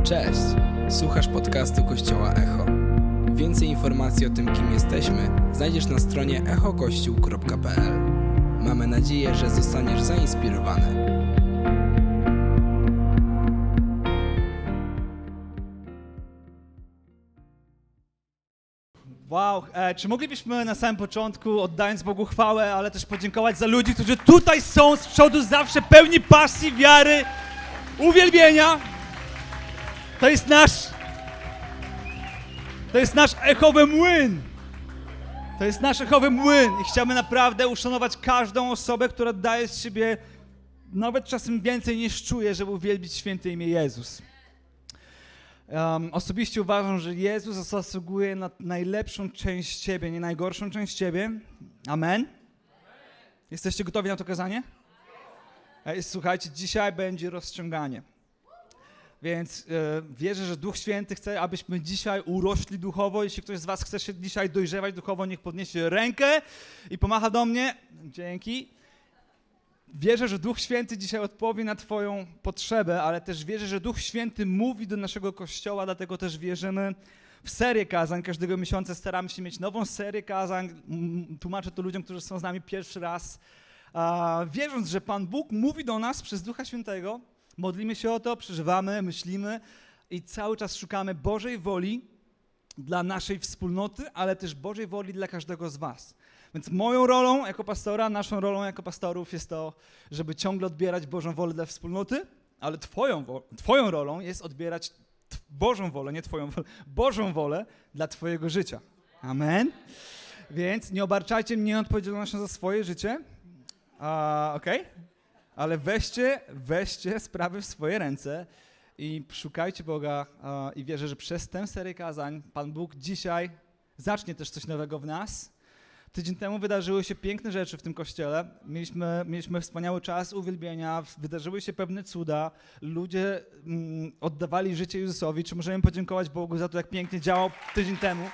Cześć! Słuchasz podcastu Kościoła Echo. Więcej informacji o tym, kim jesteśmy, znajdziesz na stronie echokościół.pl. Mamy nadzieję, że zostaniesz zainspirowany. Wow, czy moglibyśmy na samym początku, oddając Bogu chwałę, ale też podziękować za ludzi, którzy tutaj są z przodu zawsze pełni pasji, wiary, uwielbienia. To jest nasz echowy młyn. To jest nasz echowy młyn i chciałbym naprawdę uszanować każdą osobę, która daje z siebie nawet czasem więcej niż czuje, żeby uwielbić święte imię Jezus. Osobiście uważam, że Jezus zasługuje na najlepszą część Ciebie, nie najgorszą część Ciebie. Amen? Jesteście gotowi na to kazanie? Słuchajcie, dzisiaj będzie rozciąganie. Więc wierzę, że Duch Święty chce, abyśmy dzisiaj urośli duchowo. Jeśli ktoś z was chce się dzisiaj dojrzewać duchowo, niech podniesie rękę i pomacha do mnie. Dzięki. Wierzę, że Duch Święty dzisiaj odpowie na twoją potrzebę, ale też wierzę, że Duch Święty mówi do naszego Kościoła, dlatego też wierzymy w serię kazań. Każdego miesiąca staramy się mieć nową serię kazań. Tłumaczę to ludziom, którzy są z nami pierwszy raz. Wierząc, że Pan Bóg mówi do nas przez Ducha Świętego, modlimy się o to, przeżywamy, myślimy i cały czas szukamy Bożej woli dla naszej wspólnoty, ale też Bożej woli dla każdego z was. Więc moją rolą jako pastora, naszą rolą jako pastorów jest to, żeby ciągle odbierać Bożą wolę dla wspólnoty, ale twoją rolą jest odbierać Bożą wolę, nie twoją wolę, Bożą wolę dla twojego życia. Amen? Więc nie obarczajcie mnie odpowiedzialnością za swoje życie, okej? Ale weźcie sprawy w swoje ręce i szukajcie Boga i wierzę, że przez tę serię kazań Pan Bóg dzisiaj zacznie też coś nowego w nas. Tydzień temu wydarzyły się piękne rzeczy w tym kościele. Mieliśmy wspaniały czas uwielbienia, wydarzyły się pewne cuda, ludzie oddawali życie Jezusowi. Czy możemy podziękować Bogu za to, jak pięknie działał tydzień temu?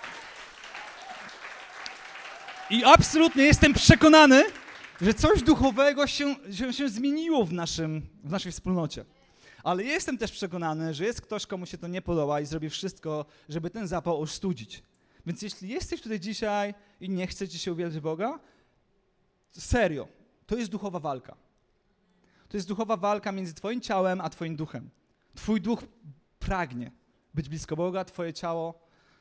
I absolutnie jestem przekonany, że coś duchowego się zmieniło w naszej wspólnocie. Ale jestem też przekonany, że jest ktoś, komu się to nie podoba i zrobi wszystko, żeby ten zapał ostudzić. Więc jeśli jesteś tutaj dzisiaj i nie chcecie się uwielbiać Boga, serio, to jest duchowa walka. To jest duchowa walka między twoim ciałem a twoim duchem. Twój duch pragnie być blisko Boga, twoje ciało,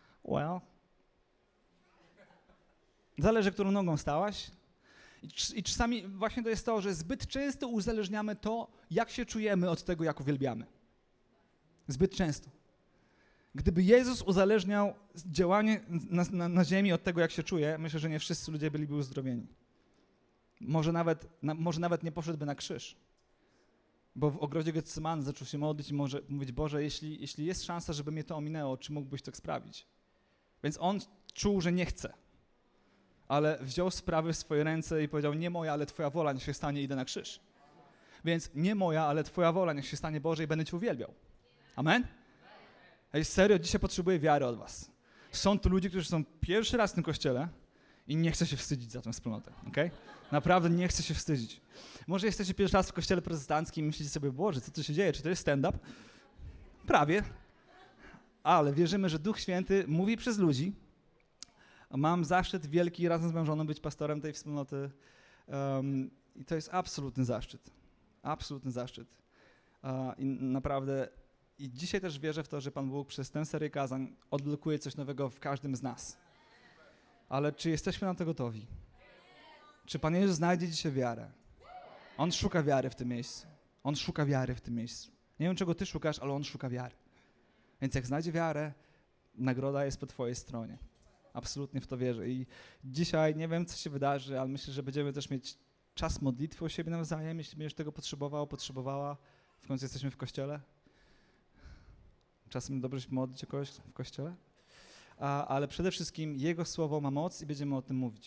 zależy, którą nogą stałaś. I czasami właśnie to jest to, że zbyt często uzależniamy to, jak się czujemy od tego, jak uwielbiamy. Zbyt często. Gdyby Jezus uzależniał działanie na ziemi od tego, jak się czuje, myślę, że nie wszyscy ludzie byliby uzdrowieni. Może nawet nie poszedłby na krzyż. Bo w ogrodzie Getsemany zaczął się modlić i może mówić: Boże, jeśli jest szansa, żeby mnie to ominęło, czy mógłbyś tak sprawić? Więc on czuł, że nie chce. Ale wziął sprawy w swoje ręce i powiedział: nie moja, ale Twoja wola, niech się stanie, idę na krzyż. Więc nie moja, ale Twoja wola, niech się stanie, Boże, i będę Cię uwielbiał. Amen? Ej, serio, dzisiaj potrzebuję wiary od was. Są tu ludzie, którzy są pierwszy raz w tym kościele i nie chcę się wstydzić za tę wspólnotę, okej? Naprawdę nie chcę się wstydzić. Może jesteście pierwszy raz w kościele protestanckim i myślicie sobie: Boże, co tu się dzieje? Czy to jest stand-up? Prawie. Ale wierzymy, że Duch Święty mówi przez ludzi. Mam zaszczyt wielki razem z moją żoną być pastorem tej wspólnoty i to jest absolutny zaszczyt. Absolutny zaszczyt. I naprawdę dzisiaj też wierzę w to, że Pan Bóg przez tę serię kazań odblokuje coś nowego w każdym z nas. Ale czy jesteśmy na to gotowi? Czy Pan Jezus znajdzie dzisiaj wiarę? On szuka wiary w tym miejscu. On szuka wiary w tym miejscu. Nie wiem, czego ty szukasz, ale On szuka wiary. Więc jak znajdzie wiarę, nagroda jest po twojej stronie. Absolutnie w to wierzę. I dzisiaj nie wiem, co się wydarzy, ale myślę, że będziemy też mieć czas modlitwy o siebie nawzajem, jeśli będziesz tego potrzebowała. W końcu jesteśmy w kościele. Czasem dobrze się modlić o kogoś w kościele. Ale przede wszystkim Jego Słowo ma moc i będziemy o tym mówić.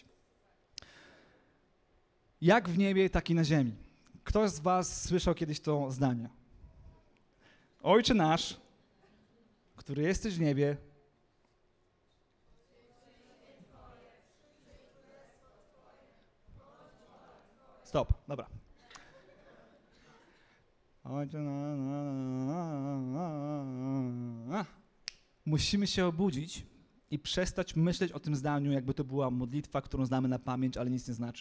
Jak w niebie, tak i na ziemi. Ktoś z was słyszał kiedyś to zdanie? Ojcze nasz, który jesteś w niebie, stop, dobra. musimy się obudzić i przestać myśleć o tym zdaniu, jakby to była modlitwa, którą znamy na pamięć, ale nic nie znaczy.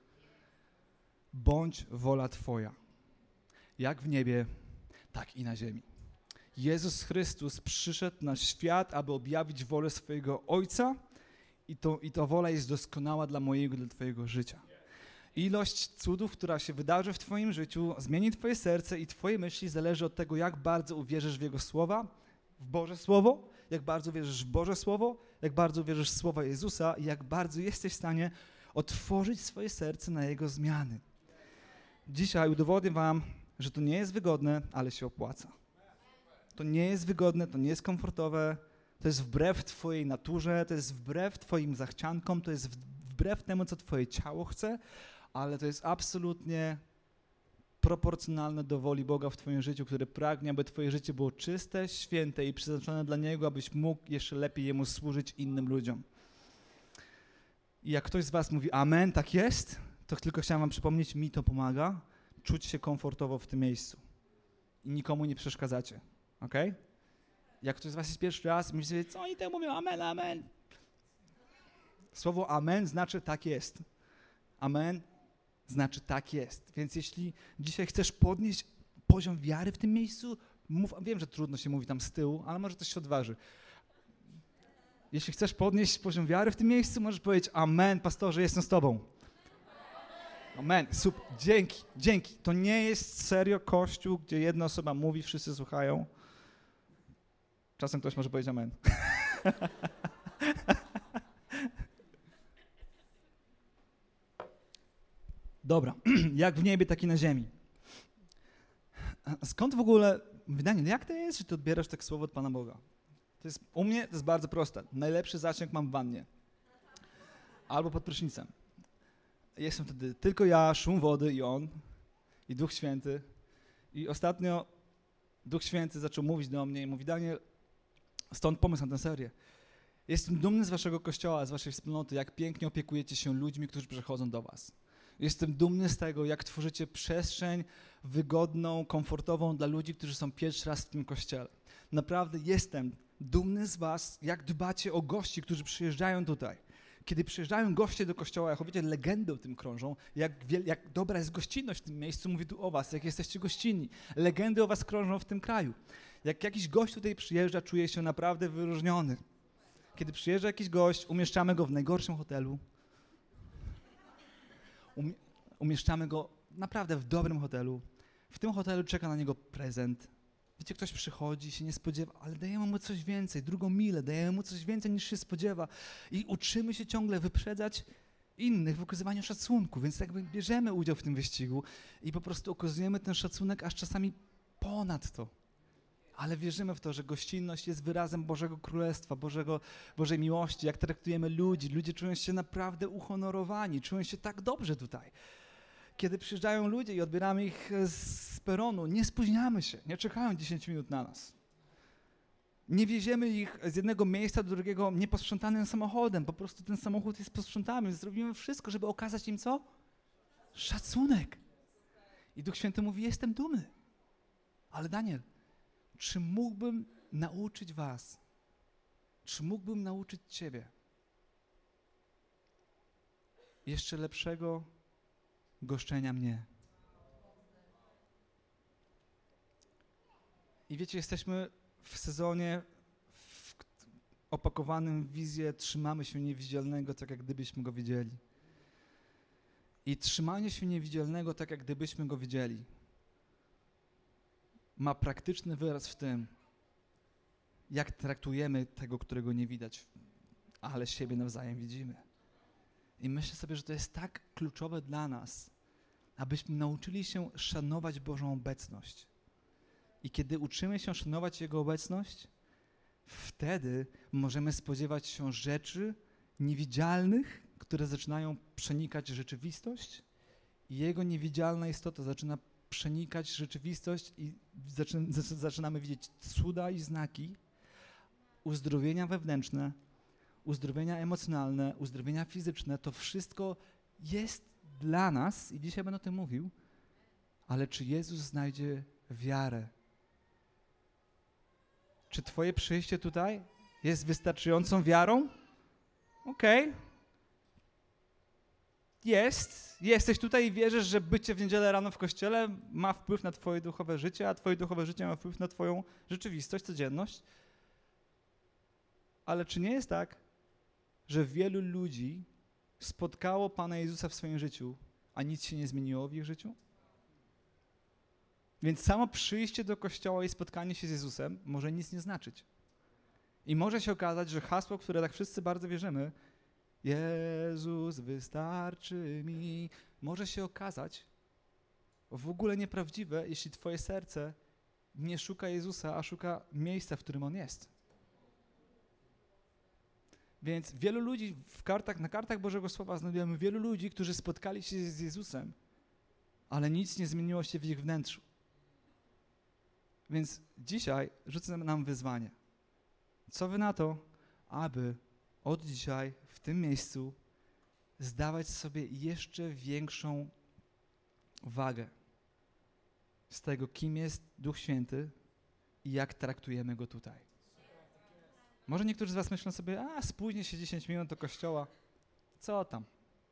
Bądź wola Twoja, jak w niebie, tak i na ziemi. Jezus Chrystus przyszedł na świat, aby objawić wolę swojego Ojca i ta wola jest doskonała dla mojego, dla Twojego życia. Ilość cudów, która się wydarzy w Twoim życiu, zmieni Twoje serce i Twoje myśli zależy od tego, jak bardzo uwierzysz w Jego słowa, w Boże Słowo, jak bardzo wierzysz w Boże Słowo, jak bardzo wierzysz w słowa Jezusa i jak bardzo jesteś w stanie otworzyć swoje serce na Jego zmiany. Dzisiaj udowodnię Wam, że to nie jest wygodne, ale się opłaca. To nie jest wygodne, to nie jest komfortowe, to jest wbrew Twojej naturze, to jest wbrew Twoim zachciankom, to jest wbrew temu, co Twoje ciało chce, ale to jest absolutnie proporcjonalne do woli Boga w Twoim życiu, który pragnie, aby Twoje życie było czyste, święte i przeznaczone dla Niego, abyś mógł jeszcze lepiej Jemu służyć innym ludziom. I jak ktoś z Was mówi amen, tak jest, to tylko chciałem Wam przypomnieć, mi to pomaga, czuć się komfortowo w tym miejscu. I nikomu nie przeszkadzacie, okej? Jak ktoś z Was jest pierwszy raz, myśli sobie, co oni tam mówią, amen, amen. Słowo amen znaczy tak jest. Amen znaczy tak jest. Więc jeśli dzisiaj chcesz podnieść poziom wiary w tym miejscu, mów, wiem, że trudno się mówi tam z tyłu, ale może ktoś się odważy. Jeśli chcesz podnieść poziom wiary w tym miejscu, możesz powiedzieć amen, pastorze, jestem z Tobą. Amen, super, dzięki. To nie jest serio kościół, gdzie jedna osoba mówi, wszyscy słuchają. Czasem ktoś może powiedzieć amen. Dobra, jak w niebie, tak i na ziemi. Skąd w ogóle, Daniel, jak to jest, że ty odbierasz tak słowo od Pana Boga? U mnie to jest bardzo proste. Najlepszy zasięg mam w wannie. Albo pod prysznicem. Jestem wtedy tylko ja, szum wody i on, i Duch Święty. I ostatnio Duch Święty zaczął mówić do mnie i mówi, Daniel, stąd pomysł na tę serię. Jestem dumny z waszego kościoła, z waszej wspólnoty, jak pięknie opiekujecie się ludźmi, którzy przychodzą do was. Jestem dumny z tego, jak tworzycie przestrzeń wygodną, komfortową dla ludzi, którzy są pierwszy raz w tym kościele. Naprawdę jestem dumny z was, jak dbacie o gości, którzy przyjeżdżają tutaj. Kiedy przyjeżdżają goście do kościoła, jak wiecie, legendy o tym krążą, jak dobra jest gościnność w tym miejscu, mówię tu o was, jak jesteście gościnni. Legendy o was krążą w tym kraju. Jak jakiś gość tutaj przyjeżdża, czuje się naprawdę wyróżniony. Kiedy przyjeżdża jakiś gość, umieszczamy go w najgorszym hotelu. Umieszczamy go naprawdę w dobrym hotelu. W tym hotelu czeka na niego prezent. Wiecie, ktoś przychodzi, się nie spodziewa, ale dajemy mu coś więcej, drugą milę, dajemy mu coś więcej niż się spodziewa. I uczymy się ciągle wyprzedzać innych w okazywaniu szacunku, więc jakby bierzemy udział w tym wyścigu i po prostu okazujemy ten szacunek aż czasami ponad to. Ale wierzymy w to, że gościnność jest wyrazem Bożego Królestwa, Bożej miłości, jak traktujemy ludzi. Ludzie czują się naprawdę uhonorowani, czują się tak dobrze tutaj. Kiedy przyjeżdżają ludzie i odbieramy ich z peronu, nie spóźniamy się, nie czekają 10 minut na nas. Nie wieziemy ich z jednego miejsca do drugiego nieposprzątanym samochodem, po prostu ten samochód jest posprzątany, więc zrobimy wszystko, żeby okazać im co? Szacunek. I Duch Święty mówi, jestem dumny. Ale Daniel, czy mógłbym nauczyć was? Czy mógłbym nauczyć ciebie jeszcze lepszego goszczenia mnie? I wiecie, jesteśmy w sezonie opakowanym w wizję trzymamy się niewidzialnego tak, jak gdybyśmy go widzieli. I trzymanie się niewidzialnego tak, jak gdybyśmy go widzieli ma praktyczny wyraz w tym, jak traktujemy tego, którego nie widać, ale siebie nawzajem widzimy. I myślę sobie, że to jest tak kluczowe dla nas, abyśmy nauczyli się szanować Bożą obecność. I kiedy uczymy się szanować Jego obecność, wtedy możemy spodziewać się rzeczy niewidzialnych, które zaczynają przenikać rzeczywistość i Jego niewidzialna istota zaczyna przenikać rzeczywistość i zaczynamy widzieć cuda i znaki, uzdrowienia wewnętrzne, uzdrowienia emocjonalne, uzdrowienia fizyczne. To wszystko jest dla nas i dzisiaj będę o tym mówił, ale czy Jezus znajdzie wiarę? Czy twoje przyjście tutaj jest wystarczającą wiarą? Okej. Jesteś tutaj i wierzysz, że bycie w niedzielę rano w kościele ma wpływ na twoje duchowe życie, a twoje duchowe życie ma wpływ na twoją rzeczywistość, codzienność. Ale czy nie jest tak, że wielu ludzi spotkało Pana Jezusa w swoim życiu, a nic się nie zmieniło w ich życiu? Więc samo przyjście do kościoła i spotkanie się z Jezusem może nic nie znaczyć. I może się okazać, że hasło, które tak wszyscy bardzo wierzymy, Jezus wystarczy mi, może się okazać w ogóle nieprawdziwe, jeśli twoje serce nie szuka Jezusa, a szuka miejsca, w którym On jest. Więc wielu ludzi na kartach Bożego Słowa znajdujemy wielu ludzi, którzy spotkali się z Jezusem, ale nic nie zmieniło się w ich wnętrzu. Więc dzisiaj rzucę nam wyzwanie. Co wy na to, aby od dzisiaj w tym miejscu zdawać sobie jeszcze większą wagę z tego, kim jest Duch Święty i jak traktujemy Go tutaj. Może niektórzy z was myślą sobie, spóźnię się 10 minut do kościoła. Co tam?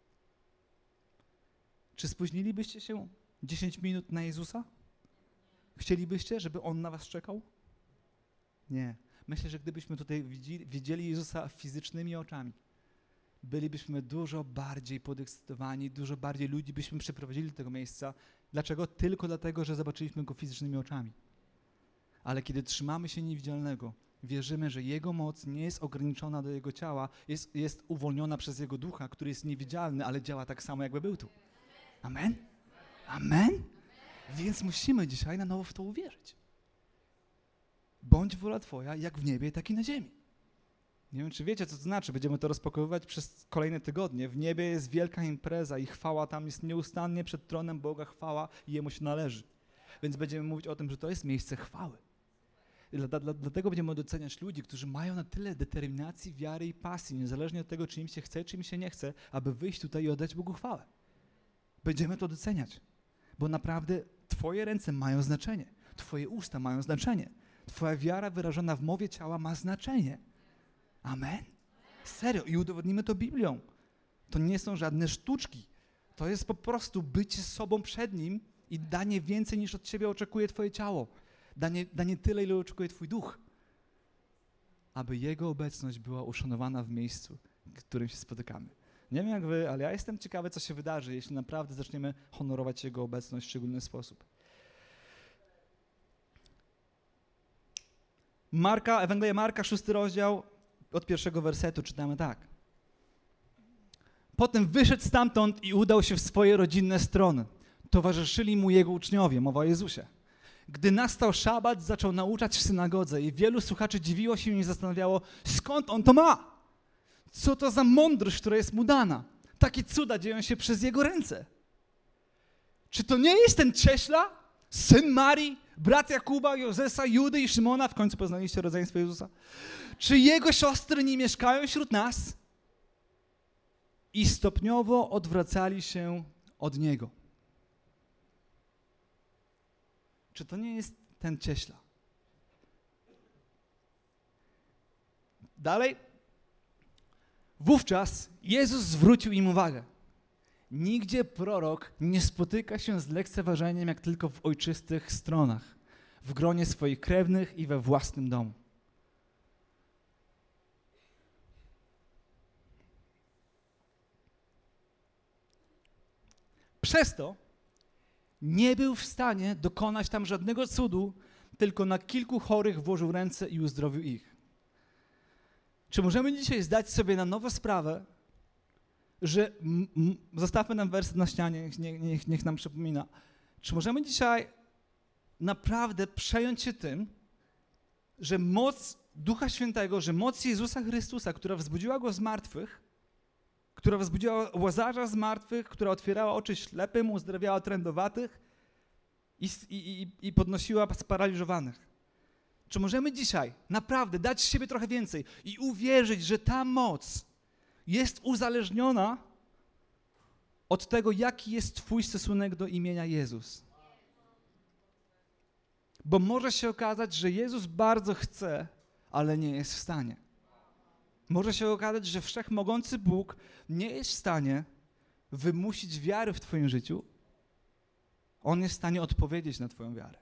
Czy spóźnilibyście się 10 minut na Jezusa? Chcielibyście, żeby On na was czekał? Nie. Myślę, że gdybyśmy tutaj widzieli Jezusa fizycznymi oczami, bylibyśmy dużo bardziej podekscytowani, dużo bardziej ludzi byśmy przyprowadzili do tego miejsca. Dlaczego? Tylko dlatego, że zobaczyliśmy Go fizycznymi oczami. Ale kiedy trzymamy się niewidzialnego, wierzymy, że Jego moc nie jest ograniczona do Jego ciała, jest uwolniona przez Jego Ducha, który jest niewidzialny, ale działa tak samo, jakby był tu. Amen? Amen? Więc musimy dzisiaj na nowo w to uwierzyć. Bądź wola Twoja, jak w niebie, tak i na ziemi. Nie wiem, czy wiecie, co to znaczy. Będziemy to rozpakowywać przez kolejne tygodnie. W niebie jest wielka impreza i chwała tam jest nieustannie przed tronem Boga chwała i Jemu się należy. Więc będziemy mówić o tym, że to jest miejsce chwały. Dlatego będziemy doceniać ludzi, którzy mają na tyle determinacji, wiary i pasji, niezależnie od tego, czy im się chce, czy im się nie chce, aby wyjść tutaj i oddać Bogu chwałę. Będziemy to doceniać, bo naprawdę Twoje ręce mają znaczenie, Twoje usta mają znaczenie, Twoja wiara wyrażona w mowie ciała ma znaczenie. Amen? Serio. I udowodnimy to Biblią. To nie są żadne sztuczki. To jest po prostu bycie sobą przed Nim i danie więcej, niż od Ciebie oczekuje Twoje ciało. Danie tyle, ile oczekuje Twój duch. Aby Jego obecność była uszanowana w miejscu, w którym się spotykamy. Nie wiem jak wy, ale ja jestem ciekawy, co się wydarzy, jeśli naprawdę zaczniemy honorować Jego obecność w szczególny sposób. Ewangelia Marka, 6 rozdział, od 1 wersetu czytamy tak. Potem wyszedł stamtąd i udał się w swoje rodzinne strony. Towarzyszyli mu Jego uczniowie, mowa o Jezusie. Gdy nastał szabat, zaczął nauczać w synagodze i wielu słuchaczy dziwiło się i zastanawiało, skąd on to ma? Co to za mądrość, która jest mu dana? Takie cuda dzieją się przez Jego ręce. Czy to nie jest ten cieśla, syn Marii, brat Jakuba, Józefa, Judy i Szymona? W końcu poznaliście rodzeństwo Jezusa. Czy Jego siostry nie mieszkają wśród nas? I stopniowo odwracali się od Niego. Czy to nie jest ten cieśla? Dalej. Wówczas Jezus zwrócił im uwagę. Nigdzie prorok nie spotyka się z lekceważeniem, jak tylko w ojczystych stronach, w gronie swoich krewnych i we własnym domu. Przez to nie był w stanie dokonać tam żadnego cudu, tylko na kilku chorych włożył ręce i uzdrowił ich. Czy możemy dzisiaj zdać sobie na nowo sprawę, że zostawmy nam werset na ścianie, niech nam przypomina. Czy możemy dzisiaj naprawdę przejąć się tym, że moc Ducha Świętego, że moc Jezusa Chrystusa, która wzbudziła Go z martwych, która wzbudziła Łazarza z martwych, która otwierała oczy ślepym, uzdrawiała trędowatych i podnosiła sparaliżowanych. Czy możemy dzisiaj naprawdę dać z siebie trochę więcej i uwierzyć, że ta moc jest uzależniona od tego, jaki jest Twój stosunek do imienia Jezus? Bo może się okazać, że Jezus bardzo chce, ale nie jest w stanie. Może się okazać, że wszechmogący Bóg nie jest w stanie wymusić wiary w twoim życiu. On jest w stanie odpowiedzieć na twoją wiarę.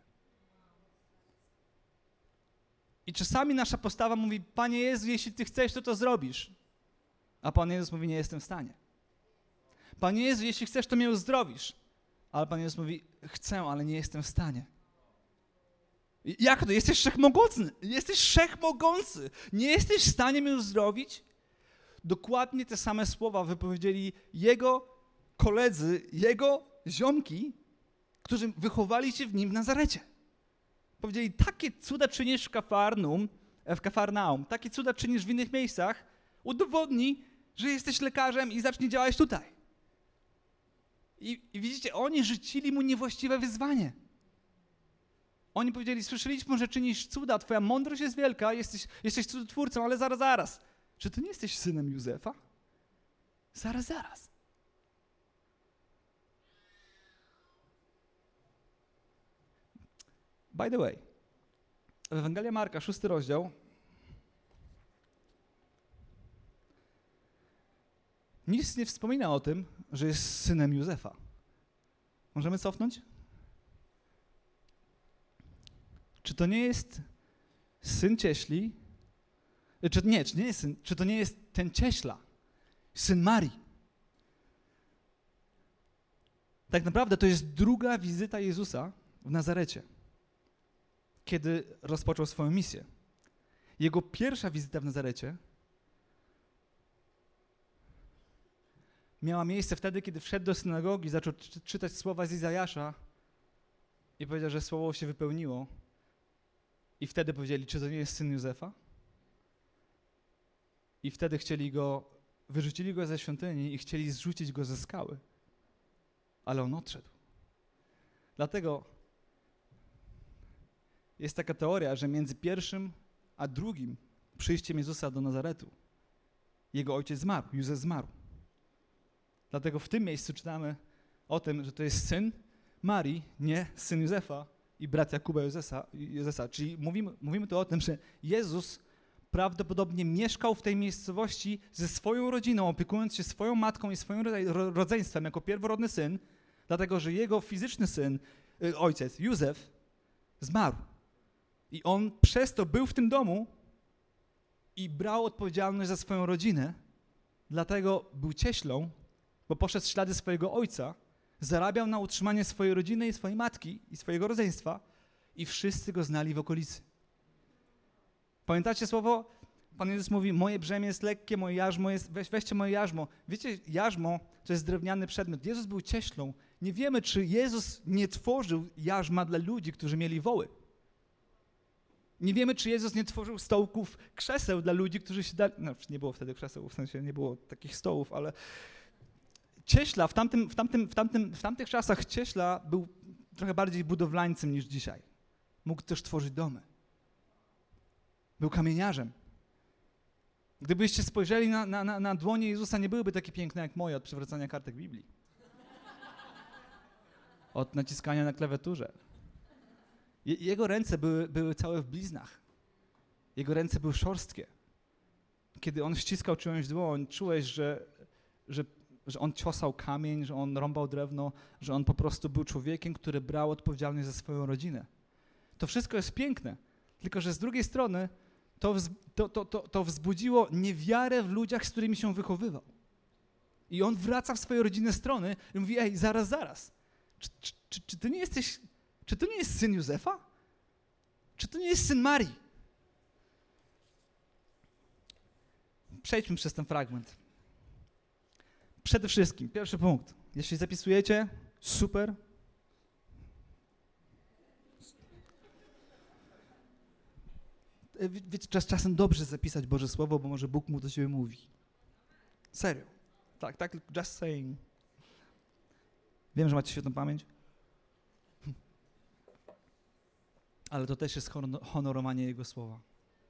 I czasami nasza postawa mówi, Panie Jezu, jeśli Ty chcesz, to zrobisz. A Pan Jezus mówi, nie jestem w stanie. Panie Jezu, jeśli chcesz, to mnie uzdrowisz. Ale Pan Jezus mówi, chcę, ale nie jestem w stanie. Jak to? Jesteś wszechmogący. Jesteś wszechmogący. Nie jesteś w stanie mnie uzdrowić? Dokładnie te same słowa wypowiedzieli jego koledzy, jego ziomki, którzy wychowali się w nim w Nazarecie. Powiedzieli, takie cuda czynisz w Kafarnaum, takie cuda czynisz w innych miejscach, udowodnij, że jesteś lekarzem i zacznij działać tutaj. I widzicie, oni rzucili mu niewłaściwe wyzwanie. Oni powiedzieli, słyszeliśmy, że czynisz cuda, twoja mądrość jest wielka, jesteś cudotwórcą, ale zaraz. Czy ty nie jesteś synem Józefa? Zaraz. By the way, Ewangelia Marka, 6 rozdział. Nic nie wspomina o tym, że jest synem Józefa. Możemy cofnąć? Czy to nie jest syn cieśli? Czy to nie jest ten cieśla, syn Marii? Tak naprawdę to jest druga wizyta Jezusa w Nazarecie, kiedy rozpoczął swoją misję. Jego pierwsza wizyta w Nazarecie miała miejsce wtedy, kiedy wszedł do synagogi, zaczął czytać słowa z Izajasza i powiedział, że słowo się wypełniło. I wtedy powiedzieli, czy to nie jest syn Józefa? I wtedy wyrzucili go ze świątyni i chcieli zrzucić go ze skały. Ale on odszedł. Dlatego jest taka teoria, że między pierwszym a drugim przyjściem Jezusa do Nazaretu jego ojciec zmarł, Józef zmarł. Dlatego w tym miejscu czytamy o tym, że to jest syn Marii, nie syn Józefa i brat Jakuba Józefa. Czyli mówimy tu o tym, że Jezus prawdopodobnie mieszkał w tej miejscowości ze swoją rodziną, opiekując się swoją matką i swoim rodzeństwem jako pierworodny syn, dlatego że jego fizyczny syn, ojciec Józef, zmarł. I on przez to był w tym domu i brał odpowiedzialność za swoją rodzinę, dlatego był cieślą, bo poszedł w ślady swojego ojca, zarabiał na utrzymanie swojej rodziny i swojej matki i swojego rodzeństwa i wszyscy go znali w okolicy. Pamiętacie słowo? Pan Jezus mówi, moje brzemię jest lekkie, moje jarzmo jest, weźcie moje jarzmo. Wiecie, jarzmo to jest drewniany przedmiot. Jezus był cieślą. Nie wiemy, czy Jezus nie tworzył jarzma dla ludzi, którzy mieli woły. Nie wiemy, czy Jezus nie tworzył stołków, krzeseł dla ludzi, którzy się dali... No, nie było wtedy krzeseł, w sensie nie było takich stołów, ale cieśla, w tamtych czasach cieśla był trochę bardziej budowlańcem niż dzisiaj. Mógł też tworzyć domy. Był kamieniarzem. Gdybyście spojrzeli na dłonie Jezusa, nie byłyby takie piękne jak moje od przewracania kartek Biblii. Od naciskania na klawiaturze. Jego ręce były całe w bliznach. Jego ręce były szorstkie. Kiedy on ściskał czyjąś dłoń, czułeś, że on ciosał kamień, że on rąbał drewno, że on po prostu był człowiekiem, który brał odpowiedzialność za swoją rodzinę. To wszystko jest piękne, tylko że z drugiej strony to wzbudziło niewiarę w ludziach, z którymi się wychowywał. I on wraca w swoje rodzinne strony i mówi, ej, zaraz. Czy ty nie jesteś... Czy to nie jest syn Józefa? Czy to nie jest syn Marii? Przejdźmy przez ten fragment. Przede wszystkim, pierwszy punkt. Jeśli zapisujecie, super. Wiecie, czasem dobrze zapisać Boże Słowo, bo może Bóg mu do ciebie mówi. Serio. Tak, just saying. Wiem, że macie świetną pamięć. Ale to też jest honorowanie Jego słowa.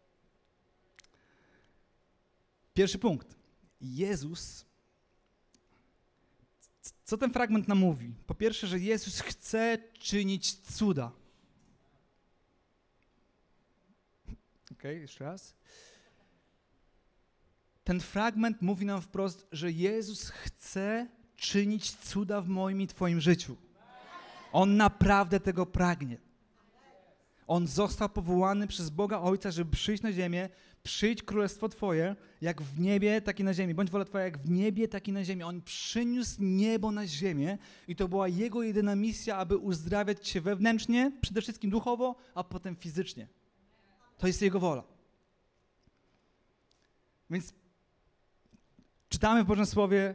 Pierwszy punkt. Jezus. Co ten fragment nam mówi? Po pierwsze, że Jezus chce czynić cuda. Okej, jeszcze raz. ten fragment mówi nam wprost, że Jezus chce czynić cuda w moim i twoim życiu. On naprawdę tego pragnie. On został powołany przez Boga Ojca, żeby przyjść na ziemię, przyjdź królestwo Twoje, jak w niebie, tak i na ziemi. Bądź wola Twoja, jak w niebie, tak i na ziemi. On przyniósł niebo na ziemię i to była Jego jedyna misja, aby uzdrawiać Cię wewnętrznie, przede wszystkim duchowo, a potem fizycznie. To jest Jego wola. Więc czytamy w Bożym Słowie,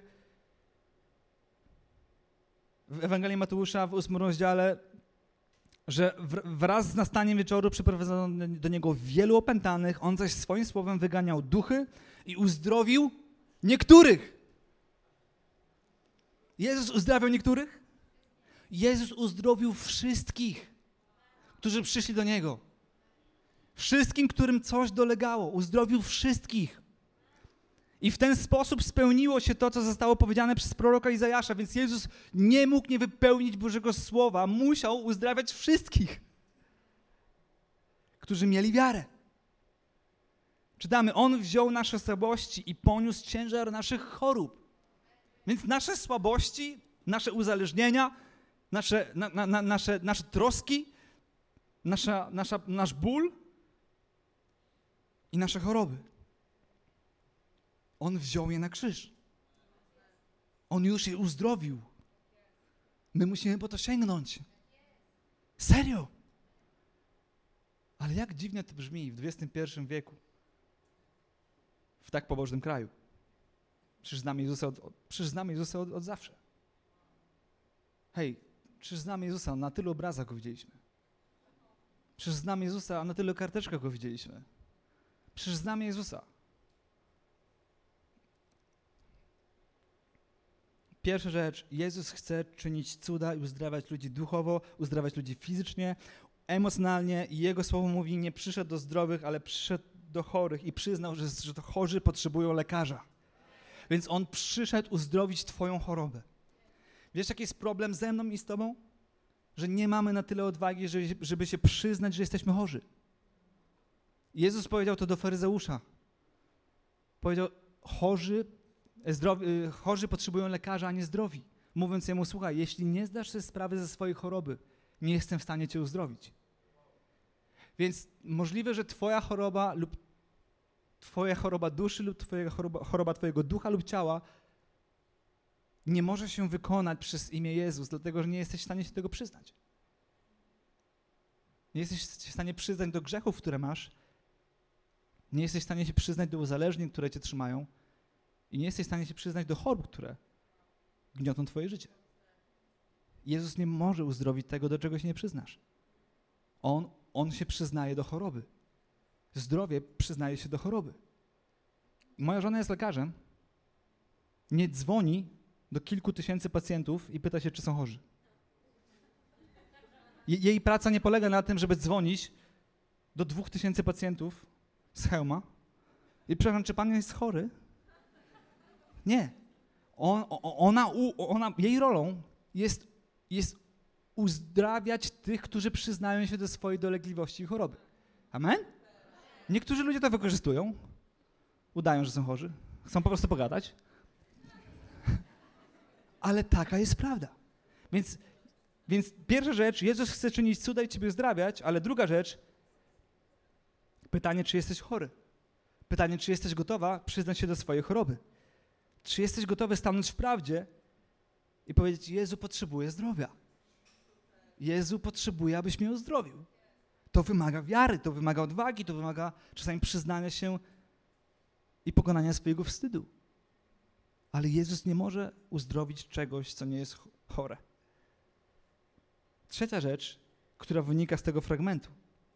w Ewangelii Mateusza w 8 rozdziale, że wraz z nastaniem wieczoru przyprowadzono do Niego wielu opętanych, On zaś swoim słowem wyganiał duchy i uzdrowił niektórych. Jezus uzdrawiał niektórych? Jezus uzdrowił wszystkich, którzy przyszli do Niego. Wszystkim, którym coś dolegało. Uzdrowił wszystkich. I w ten sposób spełniło się to, co zostało powiedziane przez proroka Izajasza, więc Jezus nie mógł nie wypełnić Bożego Słowa, musiał uzdrawiać wszystkich, którzy mieli wiarę. Czytamy, On wziął nasze słabości i poniósł ciężar naszych chorób. Więc nasze słabości, nasze uzależnienia, nasze troski, nasz ból i nasze choroby. On wziął je na krzyż. On już je uzdrowił. My musimy po to sięgnąć. Serio. Ale jak dziwnie to brzmi w XXI wieku. W tak pobożnym kraju. Przecież znamy Jezusa od zawsze. Hej, przecież znamy Jezusa, na tylu obrazach go widzieliśmy. Przecież znamy Jezusa, a na tylu karteczkach go widzieliśmy. Przecież znamy Jezusa. Pierwsza rzecz, Jezus chce czynić cuda i uzdrawiać ludzi duchowo, uzdrawiać ludzi fizycznie, emocjonalnie i Jego słowo mówi, nie przyszedł do zdrowych, ale przyszedł do chorych i przyznał, że to chorzy potrzebują lekarza. Więc On przyszedł uzdrowić twoją chorobę. Wiesz, jaki jest problem ze mną i z tobą? Że nie mamy na tyle odwagi, żeby się przyznać, że jesteśmy chorzy. Jezus powiedział to do faryzeusza. Powiedział, chorzy potrzebują lekarza, a nie zdrowi. Mówiąc jemu, słuchaj, jeśli nie zdasz sobie sprawy ze swojej choroby, nie jestem w stanie cię uzdrowić. Więc możliwe, że twoja choroba duszy lub choroba twojego ducha lub ciała nie może się wykonać przez imię Jezus, dlatego że nie jesteś w stanie się tego przyznać. Nie jesteś w stanie przyznać do grzechów, które masz. Nie jesteś w stanie się przyznać do uzależnień, które cię trzymają. I nie jesteś w stanie się przyznać do chorób, które gniotą twoje życie. Jezus nie może uzdrowić tego, do czego się nie przyznasz. On się przyznaje do choroby. Zdrowie przyznaje się do choroby. Moja żona jest lekarzem. Nie dzwoni do kilku tysięcy pacjentów i pyta się, czy są chorzy. Jej praca nie polega na tym, żeby dzwonić do 2000 pacjentów z hełma i przepraszam, czy pan jest chory? Nie. Jej rolą jest uzdrawiać tych, którzy przyznają się do swojej dolegliwości i choroby. Amen? Niektórzy ludzie to wykorzystują. Udają, że są chorzy. Chcą po prostu pogadać. Ale taka jest prawda. Więc pierwsza rzecz, Jezus chce czynić cuda i ciebie uzdrawiać, ale druga rzecz, pytanie, czy jesteś chory. Pytanie, czy jesteś gotowa przyznać się do swojej choroby. Czy jesteś gotowy stanąć w prawdzie i powiedzieć, Jezu, potrzebuję zdrowia. Jezu, potrzebuję, abyś mnie uzdrowił. To wymaga wiary, to wymaga odwagi, to wymaga czasami przyznania się i pokonania swojego wstydu. Ale Jezus nie może uzdrowić czegoś, co nie jest chore. Trzecia rzecz, która wynika z tego fragmentu.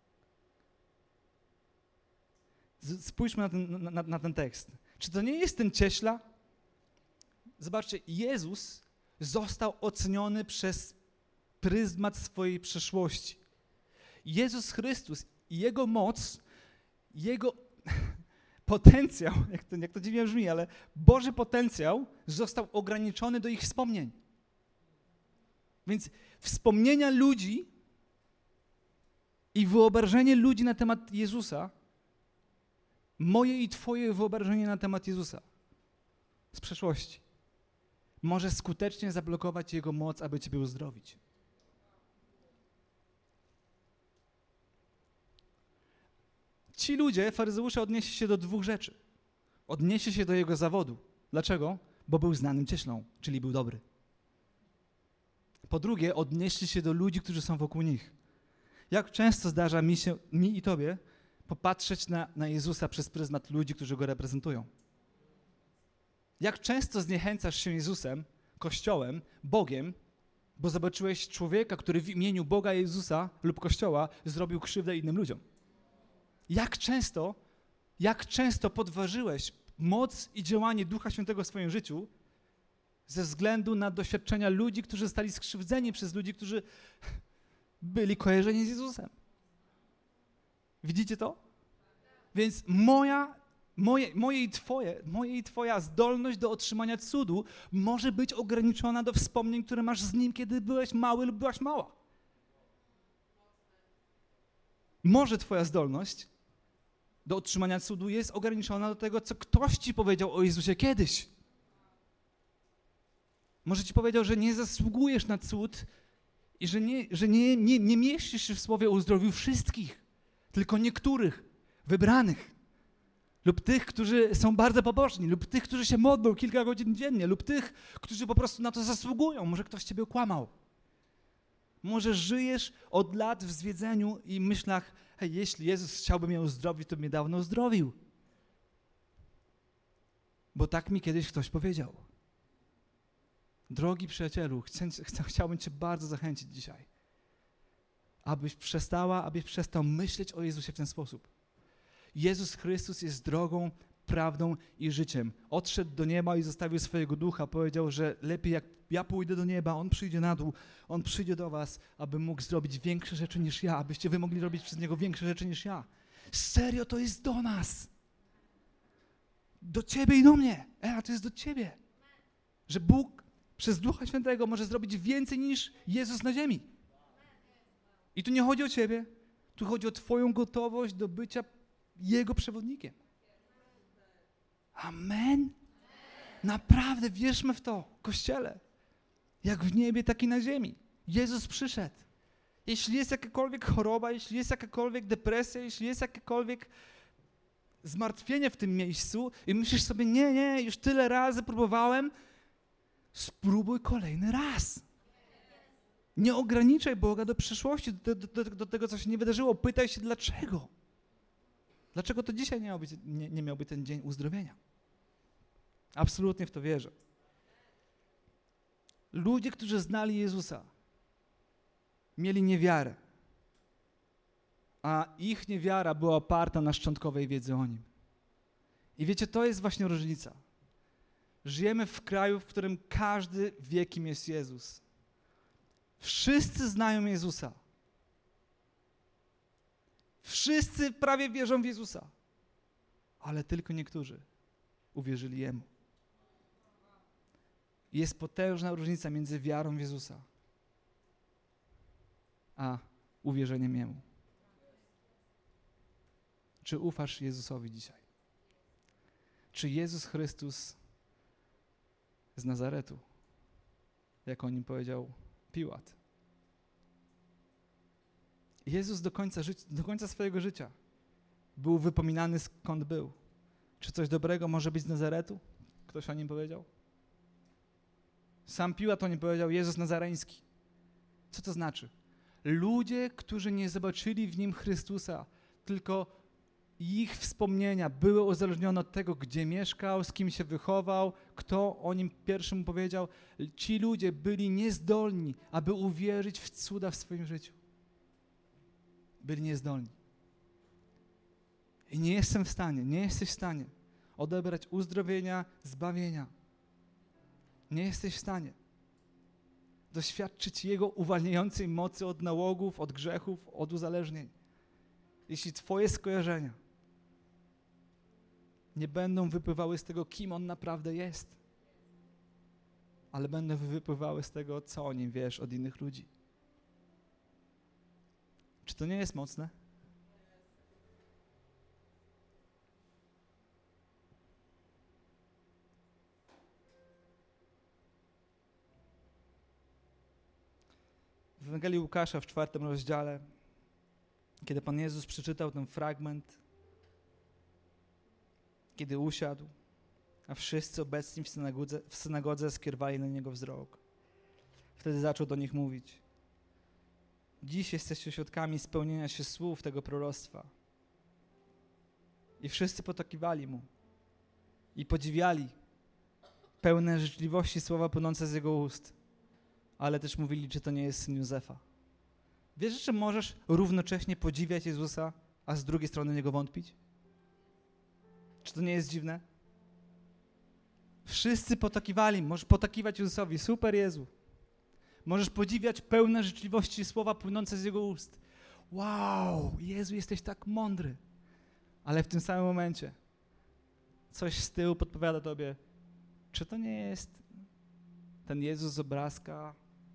Spójrzmy na ten tekst. Czy to nie jest ten cieśla? Zobaczcie, Jezus został oceniony przez pryzmat swojej przeszłości. Jezus Chrystus i Jego moc, Jego potencjał, jak to dziwnie brzmi, ale Boży potencjał został ograniczony do ich wspomnień. Więc wspomnienia ludzi i wyobrażenie ludzi na temat Jezusa moje i twoje wyobrażenie na temat Jezusa z przeszłości może skutecznie zablokować Jego moc, aby ciebie uzdrowić. Ci ludzie, faryzeusze, odnieśli się do dwóch rzeczy. Odnieśli się do Jego zawodu. Dlaczego? Bo był znanym cieślą, czyli był dobry. Po drugie, odnieśli się do ludzi, którzy są wokół nich. Jak często zdarza mi i tobie popatrzeć na Jezusa przez pryzmat ludzi, którzy Go reprezentują? Jak często zniechęcasz się Jezusem, Kościołem, Bogiem, bo zobaczyłeś człowieka, który w imieniu Boga Jezusa lub Kościoła zrobił krzywdę innym ludziom? Jak często podważyłeś moc i działanie Ducha Świętego w swoim życiu ze względu na doświadczenia ludzi, którzy zostali skrzywdzeni przez ludzi, którzy byli kojarzeni z Jezusem? Widzicie to? Więc moje i twoja zdolność do otrzymania cudu może być ograniczona do wspomnień, które masz z Nim, kiedy byłeś mały lub byłaś mała. Może twoja zdolność do otrzymania cudu jest ograniczona do tego, co ktoś ci powiedział o Jezusie kiedyś. Może ci powiedział, że nie zasługujesz na cud i że nie mieścisz się w słowie uzdrowił wszystkich, tylko niektórych, wybranych. Lub tych, którzy są bardzo pobożni, lub tych, którzy się modlą kilka godzin dziennie, lub tych, którzy po prostu na to zasługują. Może ktoś ciebie okłamał. Może żyjesz od lat w zwiedzeniu i myślach, hej, jeśli Jezus chciałby mnie uzdrowić, to mnie dawno uzdrowił. Bo tak mi kiedyś ktoś powiedział. Drogi przyjacielu, chciałbym cię bardzo zachęcić dzisiaj, abyś przestał myśleć o Jezusie w ten sposób. Jezus Chrystus jest drogą, prawdą i życiem. Odszedł do nieba i zostawił swojego ducha. Powiedział, że lepiej jak ja pójdę do nieba, On przyjdzie na dół, On przyjdzie do was, aby mógł zrobić większe rzeczy niż ja, abyście wy mogli robić przez Niego większe rzeczy niż ja. Serio, to jest do nas. Do ciebie i do mnie. To jest do ciebie. Że Bóg przez Ducha Świętego może zrobić więcej niż Jezus na ziemi. I tu nie chodzi o ciebie, tu chodzi o twoją gotowość do bycia Jego przewodnikiem. Amen? Naprawdę wierzmy w to, Kościele. Jak w niebie, tak i na ziemi. Jezus przyszedł. Jeśli jest jakakolwiek choroba, jeśli jest jakakolwiek depresja, jeśli jest jakiekolwiek zmartwienie w tym miejscu i myślisz sobie, nie, już tyle razy próbowałem, spróbuj kolejny raz. Nie ograniczaj Boga do przyszłości, do tego, co się nie wydarzyło. Pytaj się, dlaczego. Dlaczego to dzisiaj nie miałby ten dzień uzdrowienia? Absolutnie w to wierzę. Ludzie, którzy znali Jezusa, mieli niewiarę, a ich niewiara była oparta na szczątkowej wiedzy o Nim. I wiecie, to jest właśnie różnica. Żyjemy w kraju, w którym każdy wie, kim jest Jezus. Wszyscy znają Jezusa. Wszyscy prawie wierzą w Jezusa, ale tylko niektórzy uwierzyli Jemu. Jest potężna różnica między wiarą w Jezusa a uwierzeniem Jemu. Czy ufasz Jezusowi dzisiaj? Czy Jezus Chrystus z Nazaretu, jak o Nim powiedział Piłat? Jezus do końca swojego życia był wypominany, skąd był. Czy coś dobrego może być z Nazaretu? Ktoś o Nim powiedział? Sam Piłat o Nim powiedział, Jezus Nazareński. Co to znaczy? Ludzie, którzy nie zobaczyli w Nim Chrystusa, tylko ich wspomnienia były uzależnione od tego, gdzie mieszkał, z kim się wychował, kto o Nim pierwszym powiedział. Ci ludzie byli niezdolni, aby uwierzyć w cuda w swoim życiu. Byli niezdolni. I nie jesteś w stanie odebrać uzdrowienia, zbawienia. Nie jesteś w stanie doświadczyć Jego uwalniającej mocy od nałogów, od grzechów, od uzależnień. Jeśli twoje skojarzenia nie będą wypływały z tego, kim On naprawdę jest, ale będą wypływały z tego, co o Nim wiesz od innych ludzi. Czy to nie jest mocne? Ewangelii Łukasza w 4 rozdziale, kiedy Pan Jezus przeczytał ten fragment, kiedy usiadł, a wszyscy obecni w synagodze skierowali na Niego wzrok. Wtedy zaczął do nich mówić: dziś jesteście świadkami spełnienia się słów tego proroctwa. I wszyscy potakiwali Mu i podziwiali pełne życzliwości słowa płynące z Jego ust, ale też mówili, czy to nie jest syn Józefa. Wiesz, że możesz równocześnie podziwiać Jezusa, a z drugiej strony Niego wątpić? Czy to nie jest dziwne? Wszyscy potakiwali. Możesz potakiwać Jezusowi. Super, Jezu. Możesz podziwiać pełne życzliwości słowa płynące z Jego ust. Wow, Jezu, jesteś tak mądry. Ale w tym samym momencie coś z tyłu podpowiada tobie, czy to nie jest ten Jezus z obrazka?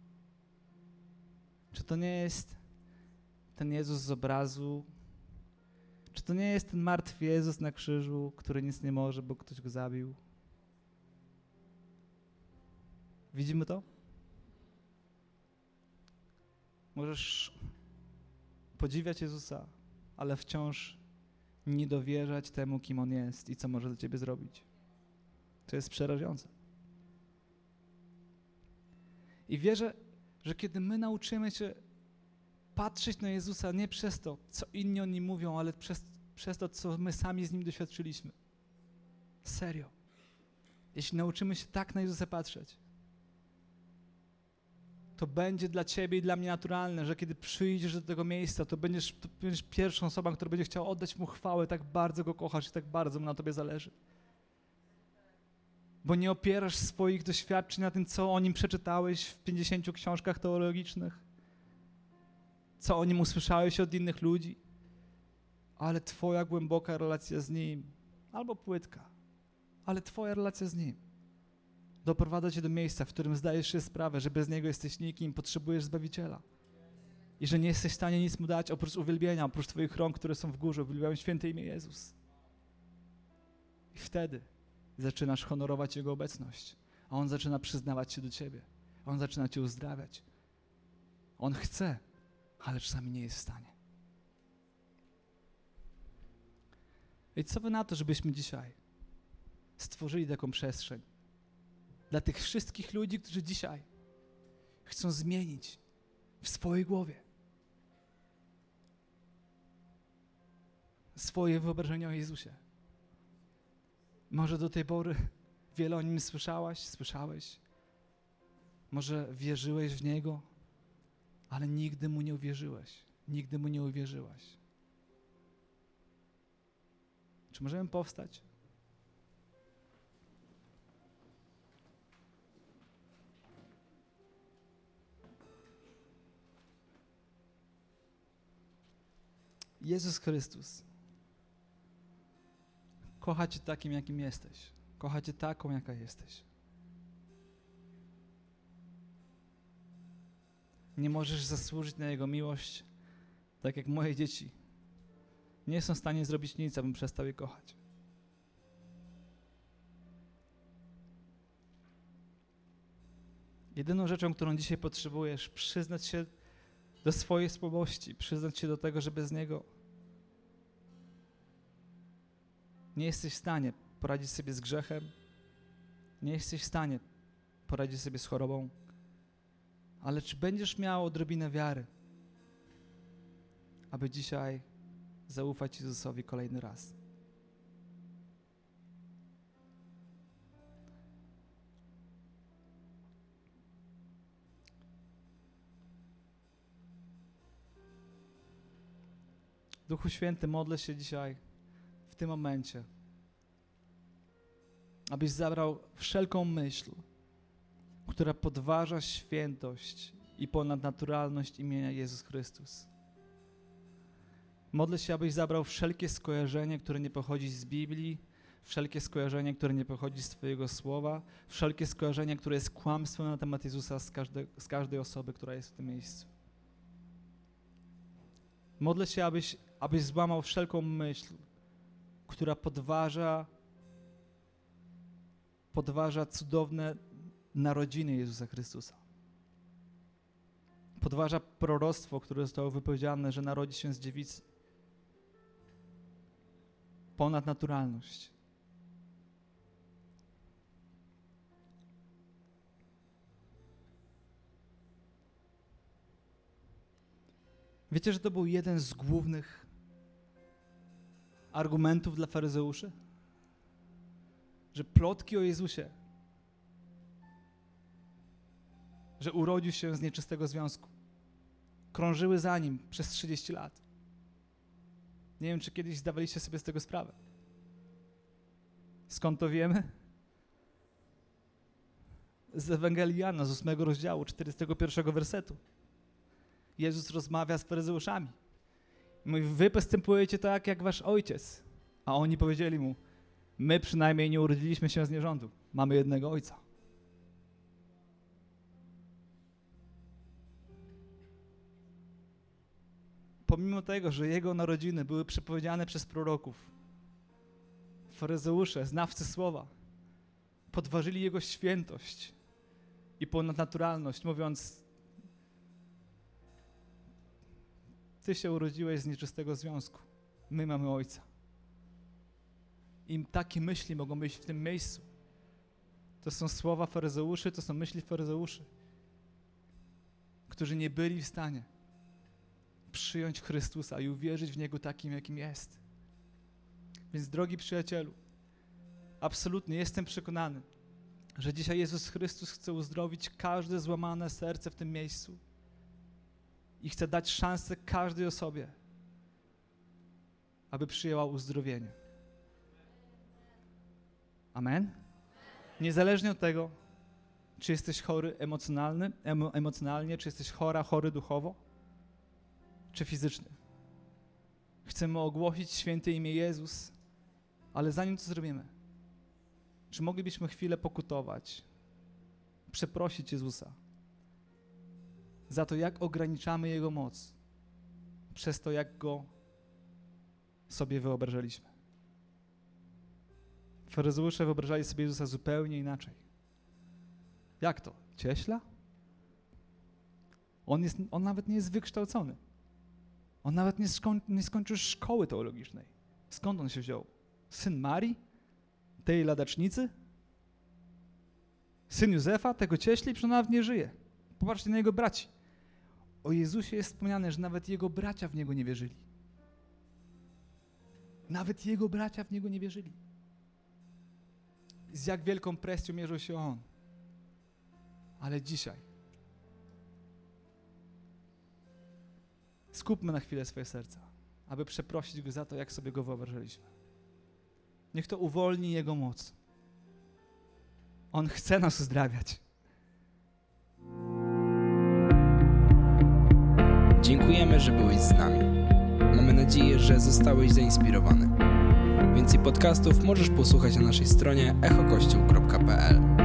Czy to nie jest ten Jezus z obrazu? Czy to nie jest ten martwy Jezus na krzyżu, który nic nie może, bo ktoś go zabił? Widzimy to? Możesz podziwiać Jezusa, ale wciąż nie dowierzać temu, kim On jest i co może dla ciebie zrobić. To jest przerażające. I wierzę, że kiedy my nauczymy się patrzeć na Jezusa nie przez to, co inni o Nim mówią, ale przez to, co my sami z Nim doświadczyliśmy. Serio. Jeśli nauczymy się tak na Jezusa patrzeć, to będzie dla ciebie i dla mnie naturalne, że kiedy przyjdziesz do tego miejsca, to będziesz pierwszą osobą, która będzie chciała oddać Mu chwałę, tak bardzo Go kochasz i tak bardzo Mu na tobie zależy. Bo nie opierasz swoich doświadczeń na tym, co o Nim przeczytałeś w 50 książkach teologicznych, co o Nim usłyszałeś od innych ludzi, ale twoja głęboka relacja z Nim, albo płytka, ale twoja relacja z Nim doprowadza cię do miejsca, w którym zdajesz sobie sprawę, że bez Niego jesteś nikim, potrzebujesz Zbawiciela. I że nie jesteś w stanie nic Mu dać oprócz uwielbienia, oprócz twoich rąk, które są w górze, uwielbiają święte imię Jezus. I wtedy zaczynasz honorować Jego obecność, a On zaczyna przyznawać się do ciebie. On zaczyna cię uzdrawiać. On chce, ale czasami nie jest w stanie. I co wy na to, żebyśmy dzisiaj stworzyli taką przestrzeń dla tych wszystkich ludzi, którzy dzisiaj chcą zmienić w swojej głowie swoje wyobrażenie o Jezusie. Może do tej pory wiele o Nim słyszałeś. Może wierzyłeś w Niego, ale nigdy Mu nie uwierzyłeś. Nigdy Mu nie uwierzyłaś. Czy możemy powstać? Jezus Chrystus kocha cię takim, jakim jesteś. Kocha cię taką, jaka jesteś. Nie możesz zasłużyć na Jego miłość, tak jak moje dzieci nie są w stanie zrobić nic, abym przestał je kochać. Jedyną rzeczą, którą dzisiaj potrzebujesz, przyznać się do swojej słabości, przyznać się do tego, że bez Niego nie jesteś w stanie poradzić sobie z grzechem, nie jesteś w stanie poradzić sobie z chorobą, ale czy będziesz miał odrobinę wiary, aby dzisiaj zaufać Jezusowi kolejny raz? Duchu Święty, modlę się dzisiaj, w tym momencie, abyś zabrał wszelką myśl, która podważa świętość i ponadnaturalność imienia Jezus Chrystus. Modlę się, abyś zabrał wszelkie skojarzenie, które nie pochodzi z Biblii, wszelkie skojarzenie, które nie pochodzi z Twojego Słowa, wszelkie skojarzenie, które jest kłamstwem na temat Jezusa z każdej osoby, która jest w tym miejscu. Modlę się, abyś złamał wszelką myśl, która podważa cudowne narodziny Jezusa Chrystusa. podważa proroctwo, które zostało wypowiedziane, że narodzi się z dziewicy. Ponadnaturalność. Wiecie, że to był jeden z głównych argumentów dla faryzeuszy? Że plotki o Jezusie, że urodził się z nieczystego związku, krążyły za nim przez 30 lat. Nie wiem, czy kiedyś zdawaliście sobie z tego sprawę. Skąd to wiemy? Z Ewangelii Jana, z 8 rozdziału, 41 wersetu. Jezus rozmawia z faryzeuszami. Mówi, wy postępujecie tak, jak wasz ojciec. A oni powiedzieli mu, my przynajmniej nie urodziliśmy się z nierządu. Mamy jednego ojca. Pomimo tego, że jego narodziny były przepowiedziane przez proroków, faryzeusze, znawcy słowa, podważyli jego świętość i ponadnaturalność, mówiąc, ty się urodziłeś z nieczystego związku, my mamy ojca. I takie myśli mogą być w tym miejscu. To są słowa faryzeuszy, to są myśli faryzeuszy, którzy nie byli w stanie przyjąć Chrystusa i uwierzyć w Niego takim, jakim jest. Więc drogi przyjacielu, absolutnie jestem przekonany, że dzisiaj Jezus Chrystus chce uzdrowić każde złamane serce w tym miejscu i chce dać szansę każdej osobie, aby przyjęła uzdrowienie. Amen? Niezależnie od tego, czy jesteś chory emocjonalnie, czy jesteś chory duchowo, czy fizycznie. Chcemy ogłosić święte imię Jezus, ale zanim to zrobimy, czy moglibyśmy chwilę pokutować, przeprosić Jezusa za to, jak ograniczamy Jego moc, przez to, jak Go sobie wyobrażaliśmy. Faryzeusze wyobrażali sobie Jezusa zupełnie inaczej. Jak to? Cieśla? On nawet nie jest wykształcony. On nawet nie skończył szkoły teologicznej. Skąd on się wziął? Syn Marii? Tej ladacznicy? Syn Józefa? Tego cieśli? Przecież on nawet nie żyje. Popatrzcie na jego braci. O Jezusie jest wspomniane, że nawet jego bracia w Niego nie wierzyli. Nawet jego bracia w Niego nie wierzyli. Z jak wielką presją mierzył się on. Ale dzisiaj skupmy na chwilę swoje serca, aby przeprosić Go za to, jak sobie Go wyobrażaliśmy. Niech to uwolni Jego moc. On chce nas uzdrawiać. Dziękujemy, że byłeś z nami. Mamy nadzieję, że zostałeś zainspirowany. Więcej podcastów możesz posłuchać na naszej stronie echokościół.pl.